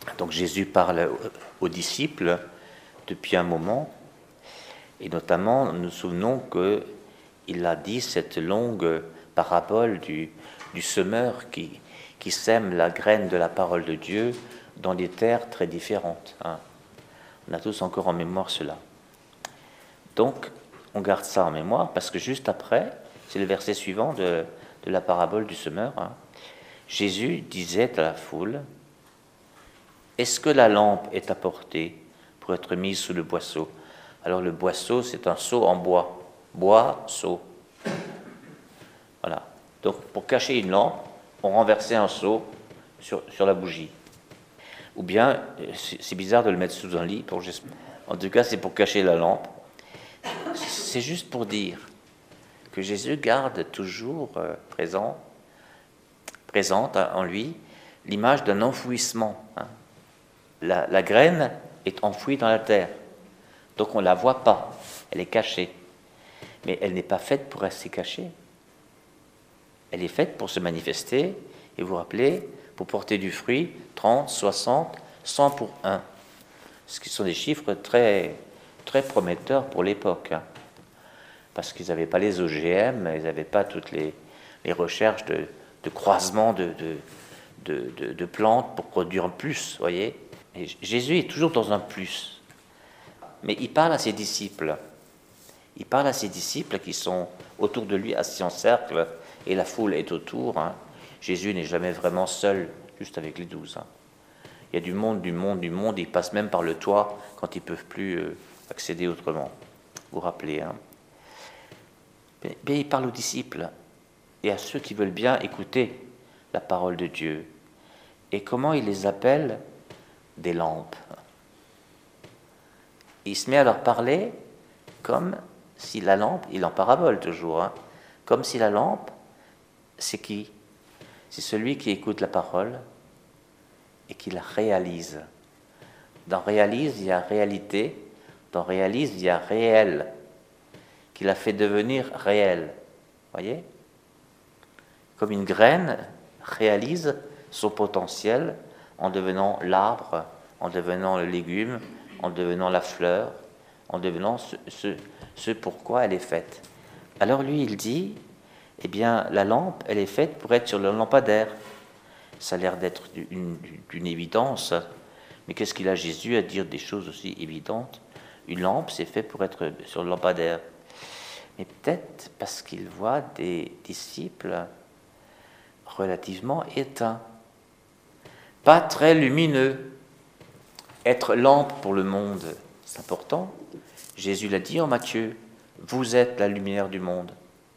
Donc Jésus parle aux disciples depuis un moment, et notamment nous nous souvenons qu'il a dit cette longue parabole du semeur qui sème la graine de la parole de Dieu dans des terres très différentes. On a tous encore en mémoire cela. Donc on garde ça en mémoire parce que juste après, c'est le verset suivant de la parabole du semeur. Jésus disait à la foule: est-ce que la lampe est apportée pour être mise sous le boisseau? Alors le boisseau, c'est un seau en bois. Bois, seau. Voilà. Donc pour cacher une lampe, on renversait un seau sur la bougie. Ou bien, c'est bizarre de le mettre sous un lit. En tout cas, c'est pour cacher la lampe. C'est juste pour dire que Jésus garde toujours présente en lui l'image d'un enfouissement. La graine est enfouie dans la terre, donc on ne la voit pas, elle est cachée. Mais elle n'est pas faite pour rester cachée. Elle est faite pour se manifester, et vous vous rappelez, pour porter du fruit, 30, 60, 100 pour 1. Ce qui sont des chiffres très, très prometteurs pour l'époque. Parce qu'ils n'avaient pas les OGM, ils n'avaient pas toutes les recherches de croisement de plantes pour produire un plus, voyez. Et Jésus est toujours dans un plus. Mais il parle à ses disciples. Il parle à ses disciples qui sont autour de lui, assis en cercle, et la foule est autour. Jésus n'est jamais vraiment seul, juste avec les 12. Il y a du monde, ils passent même par le toit quand ils ne peuvent plus accéder autrement. Vous vous rappelez, Mais il parle aux disciples et à ceux qui veulent bien écouter la parole de Dieu. Et comment il les appelle? Des lampes. Il se met à leur parler comme si la lampe, il en parabole toujours, comme si la lampe, c'est qui? C'est celui qui écoute la parole et qui la réalise. Dans réalise, il y a réalité, dans réalise, il y a réel, qui la fait devenir réel. Voyez? Comme une graine réalise son potentiel en devenant l'arbre, en devenant le légume, en devenant la fleur, en devenant ce pourquoi elle est faite. Alors lui, il dit, eh bien, la lampe, elle est faite pour être sur le lampadaire. Ça a l'air d'être d'une évidence, mais qu'est-ce qu'il a Jésus à dire des choses aussi évidentes? Une lampe, c'est fait pour être sur le lampadaire. Mais peut-être parce qu'il voit des disciples relativement éteints, pas très lumineux. Être lampe pour le monde, c'est important. Jésus l'a dit en Matthieu, vous êtes la lumière du monde.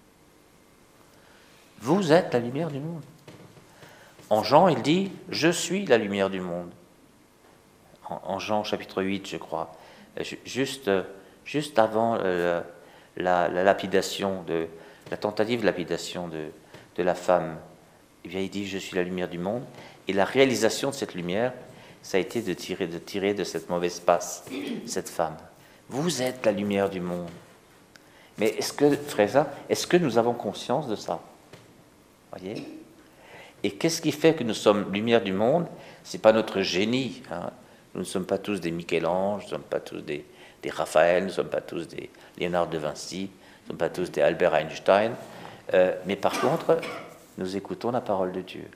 Vous êtes la lumière du monde. En Jean, il dit, je suis la lumière du monde. En Jean chapitre 8, je crois, juste avant la lapidation, la tentative de lapidation de la femme, eh bien, il dit, je suis la lumière du monde. Et la réalisation de cette lumière, ça a été de tirer de cette mauvaise passe, cette femme. Vous êtes la lumière du monde. Mais est-ce que nous avons conscience de ça? Voyez? Et qu'est-ce qui fait que nous sommes lumière du monde? C'est pas notre génie. Nous ne sommes pas tous des Michel-Ange, nous ne sommes pas tous des Raphaël, nous ne sommes pas tous des Léonard de Vinci, nous ne sommes pas tous des Albert Einstein. Mais par contre, nous écoutons la parole de Dieu.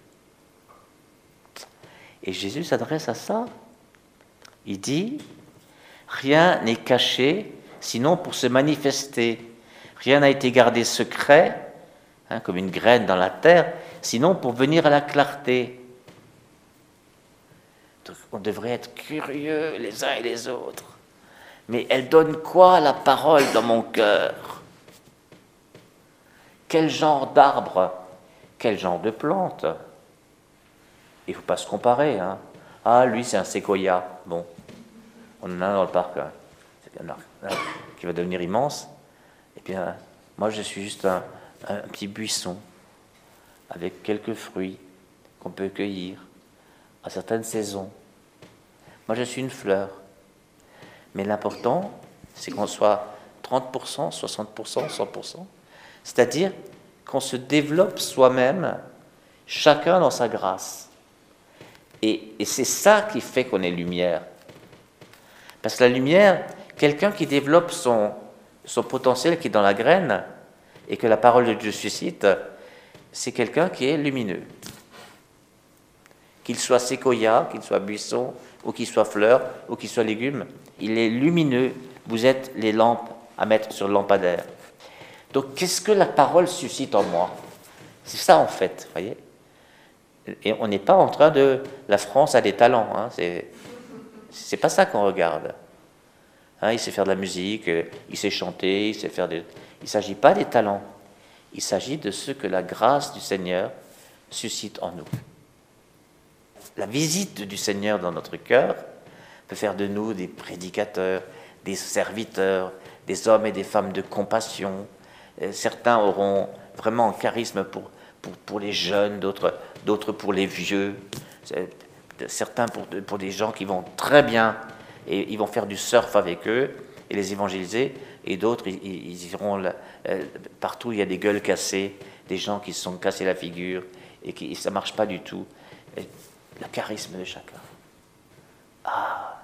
Et Jésus s'adresse à ça. Il dit, rien n'est caché, sinon pour se manifester. Rien n'a été gardé secret, comme une graine dans la terre, sinon pour venir à la clarté. Donc, on devrait être curieux les uns et les autres. Mais elle donne quoi, la parole, dans mon cœur? Quel genre d'arbre? Quel genre de plante? Il ne faut pas se comparer. Ah, lui, c'est un séquoia. Bon, on en a un dans le parc. C'est un arbre qui va devenir immense. Et bien, moi, je suis juste un petit buisson avec quelques fruits qu'on peut cueillir à certaines saisons. Moi, je suis une fleur. Mais l'important, c'est qu'on soit 30%, 60%, 100%. C'est-à-dire qu'on se développe soi-même, chacun dans sa grâce. Et c'est ça qui fait qu'on est lumière. Parce que la lumière, quelqu'un qui développe son potentiel qui est dans la graine et que la parole de Dieu suscite, c'est quelqu'un qui est lumineux. Qu'il soit séquoia, qu'il soit buisson, ou qu'il soit fleur, ou qu'il soit légume, il est lumineux. Vous êtes les lampes à mettre sur le lampadaire. Donc, qu'est-ce que la parole suscite en moi? C'est ça, en fait, vous voyez. Et on n'est pas en train de... La France a des talents, hein, c'est pas ça qu'on regarde. Hein, il sait faire de la musique, il sait chanter, il sait faire des... Il ne s'agit pas des talents. Il s'agit de ce que la grâce du Seigneur suscite en nous. La visite du Seigneur dans notre cœur peut faire de nous des prédicateurs, des serviteurs, des hommes et des femmes de compassion. Certains auront vraiment un charisme pour les jeunes, d'autres pour les vieux, certains pour des gens qui vont très bien et ils vont faire du surf avec eux et les évangéliser, et d'autres, ils iront partout où il y a des gueules cassées, des gens qui se sont cassés la figure et ça ne marche pas du tout. Le charisme de chacun. Ah,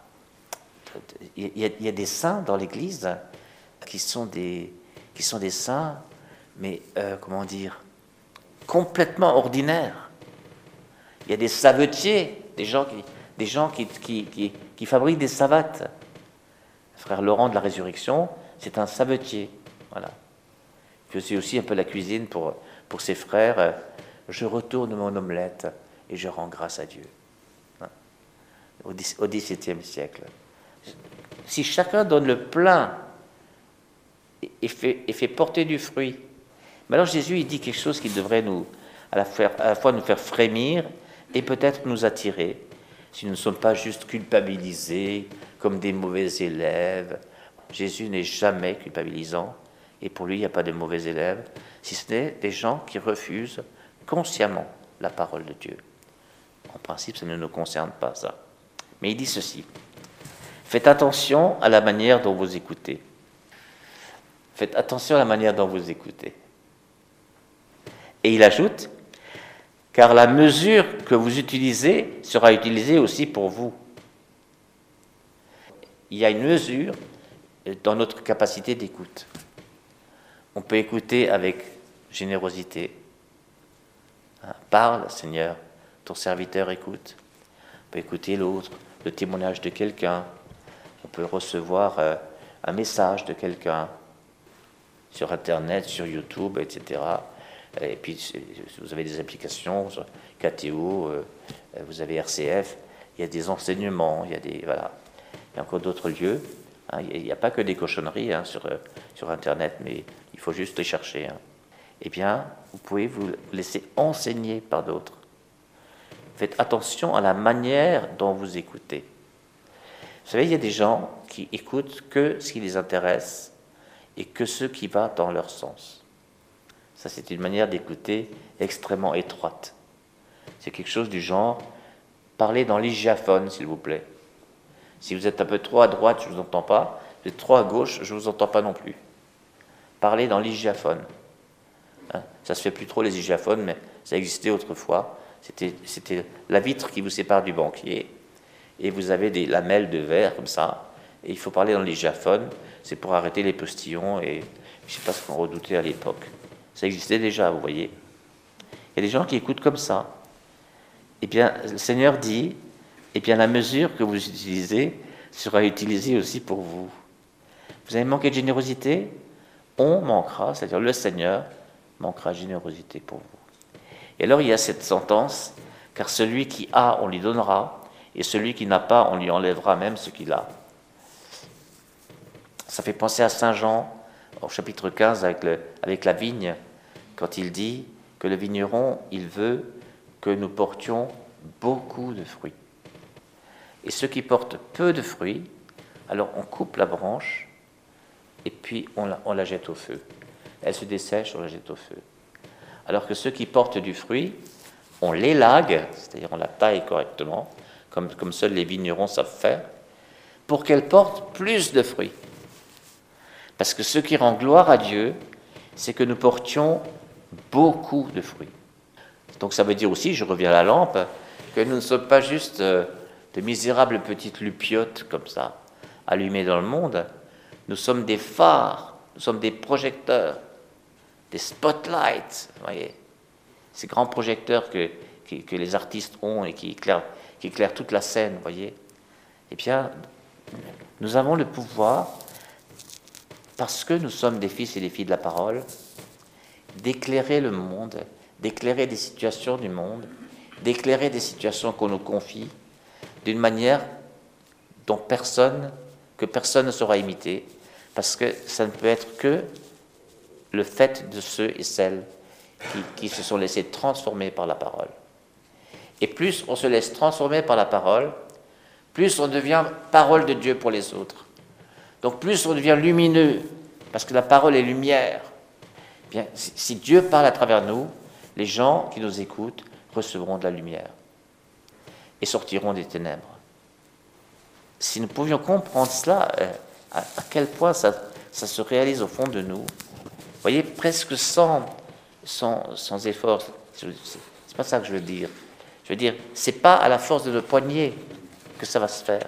il y a des saints dans l'Église qui sont des saints, mais comment dire, complètement ordinaires. Il y a des savetiers, des gens qui fabriquent des savates. Frère Laurent de la Résurrection, c'est un savetier. Voilà. Je fais aussi un peu la cuisine pour ses frères. Je retourne mon omelette et je rends grâce à Dieu. Hein, au XVIIe siècle. Si chacun donne le plein et fait porter du fruit, mais alors Jésus il dit quelque chose qui devrait à la fois nous faire frémir et peut-être nous attirer, si nous ne sommes pas juste culpabilisés comme des mauvais élèves. Jésus n'est jamais culpabilisant, et pour lui il n'y a pas de mauvais élèves, si ce n'est des gens qui refusent consciemment la parole de Dieu. En principe, ça ne nous concerne pas, ça. Mais il dit ceci. Faites attention à la manière dont vous écoutez. Faites attention à la manière dont vous écoutez. Et il ajoute, car la mesure que vous utilisez sera utilisée aussi pour vous. Il y a une mesure dans notre capacité d'écoute. On peut écouter avec générosité. Parle, Seigneur, ton serviteur écoute. On peut écouter l'autre, le témoignage de quelqu'un. On peut recevoir un message de quelqu'un sur Internet, sur YouTube, etc. Et puis, vous avez des applications, KTO, vous avez RCF, il y a des enseignements, il y a encore d'autres lieux. Hein, il n'y a pas que des cochonneries sur Internet, mais il faut juste les chercher. Hein. Eh bien, vous pouvez vous laisser enseigner par d'autres. Faites attention à la manière dont vous écoutez. Vous savez, il y a des gens qui écoutent que ce qui les intéresse et que ce qui va dans leur sens. Ça, c'est une manière d'écouter extrêmement étroite. C'est quelque chose du genre, parlez dans l'hygiaphone, s'il vous plaît. Si vous êtes un peu trop à droite, je ne vous entends pas. Si vous êtes trop à gauche, je ne vous entends pas non plus. Parlez dans l'hygiaphone. Hein, ça se fait plus trop les hygiaphones, mais ça existait autrefois. C'était la vitre qui vous sépare du banquier. Et vous avez des lamelles de verre comme ça. Et il faut parler dans l'hygiaphone. C'est pour arrêter les postillons et je ne sais pas ce qu'on redoutait à l'époque. Ça existait déjà, vous voyez. Il y a des gens qui écoutent comme ça. Eh bien, le Seigneur dit, eh bien, la mesure que vous utilisez sera utilisée aussi pour vous. Vous avez manqué de générosité? On manquera, c'est-à-dire le Seigneur manquera de générosité pour vous. Et alors, il y a cette sentence, car celui qui a, on lui donnera, et celui qui n'a pas, on lui enlèvera même ce qu'il a. Ça fait penser à Saint Jean, au chapitre 15, avec la vigne, quand il dit que le vigneron, il veut que nous portions beaucoup de fruits. Et ceux qui portent peu de fruits, alors on coupe la branche et puis on la jette au feu. Elle se dessèche, on la jette au feu. Alors que ceux qui portent du fruit, on l'élague, c'est-à-dire on la taille correctement, comme seuls les vignerons savent faire, pour qu'elle porte plus de fruits. Parce que ce qui rend gloire à Dieu, c'est que nous portions beaucoup de fruits. Donc ça veut dire aussi, je reviens à la lampe, que nous ne sommes pas juste de misérables petites lupiotes comme ça, allumées dans le monde. Nous sommes des phares, nous sommes des projecteurs, des spotlights, vous voyez, ces grands projecteurs que les artistes ont et qui éclairent toute la scène, vous voyez. Eh bien, nous avons le pouvoir, parce que nous sommes des fils et des filles de la parole, d'éclairer le monde, d'éclairer des situations du monde, d'éclairer des situations qu'on nous confie, d'une manière dont personne ne saura imiter, parce que ça ne peut être que le fait de ceux et celles qui se sont laissés transformer par la parole. Et plus on se laisse transformer par la parole, plus on devient parole de Dieu pour les autres. Donc plus on devient lumineux, parce que la parole est lumière. Bien, si Dieu parle à travers nous, les gens qui nous écoutent recevront de la lumière et sortiront des ténèbres. Si nous pouvions comprendre cela, à quel point ça se réalise au fond de nous, vous voyez, presque sans effort. C'est pas ça que je veux dire. Je veux dire, c'est pas à la force de nos poignets que ça va se faire.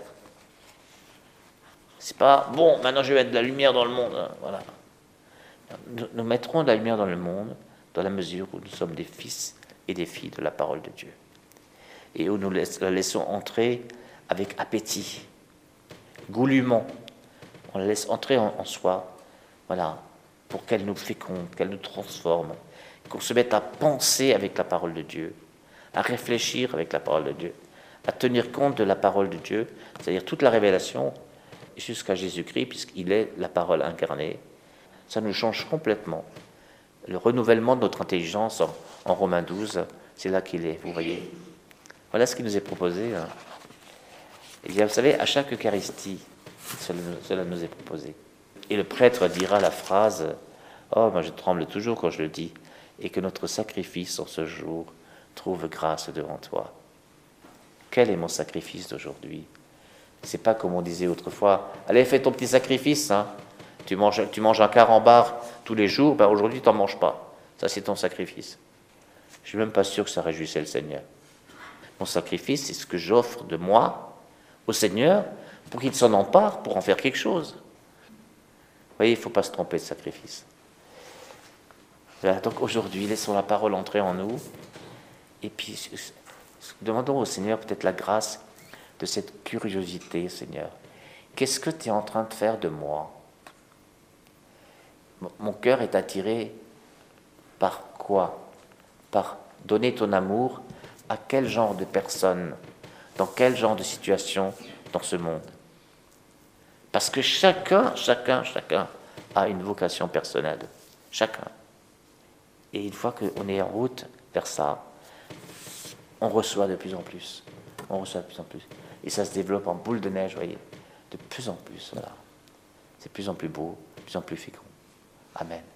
C'est pas, bon, maintenant je vais mettre de la lumière dans le monde. Hein, voilà. Nous mettrons de la lumière dans le monde dans la mesure où nous sommes des fils et des filles de la parole de Dieu. Et où nous la laissons entrer avec appétit, goulûment. On la laisse entrer en soi, voilà, pour qu'elle nous féconde, qu'elle nous transforme, qu'on se mette à penser avec la parole de Dieu, à réfléchir avec la parole de Dieu, à tenir compte de la parole de Dieu, c'est-à-dire toute la révélation jusqu'à Jésus-Christ, puisqu'il est la parole incarnée. Ça nous change complètement. Le renouvellement de notre intelligence en Romains 12, c'est là qu'il est, vous voyez. Voilà ce qui nous est proposé. Hein. Et bien, vous savez, à chaque Eucharistie, cela nous est proposé. Et le prêtre dira la phrase « Oh, moi je tremble toujours quand je le dis, et que notre sacrifice en ce jour trouve grâce devant toi. » Quel est mon sacrifice d'aujourd'hui? C'est pas comme on disait autrefois « Allez, fais ton petit sacrifice, hein. Tu manges un carambar tous les jours, ben aujourd'hui tu n'en manges pas. Ça c'est ton sacrifice. » Je suis même pas sûr que ça réjouissait le Seigneur. Mon sacrifice, c'est ce que j'offre de moi au Seigneur pour qu'il s'en empare, pour en faire quelque chose. Vous voyez, il ne faut pas se tromper de sacrifice. Voilà, donc aujourd'hui, laissons la parole entrer en nous. Et puis, demandons au Seigneur peut-être la grâce de cette curiosité, Seigneur. Qu'est-ce que tu es en train de faire de moi? Mon cœur est attiré par quoi? Par donner ton amour à quel genre de personne, dans quel genre de situation dans ce monde? Parce que chacun a une vocation personnelle. Chacun. Et une fois qu'on est en route vers ça, on reçoit de plus en plus. On reçoit de plus en plus. Et ça se développe en boule de neige, vous voyez. De plus en plus, voilà. C'est de plus en plus beau, de plus en plus fécond. Amen.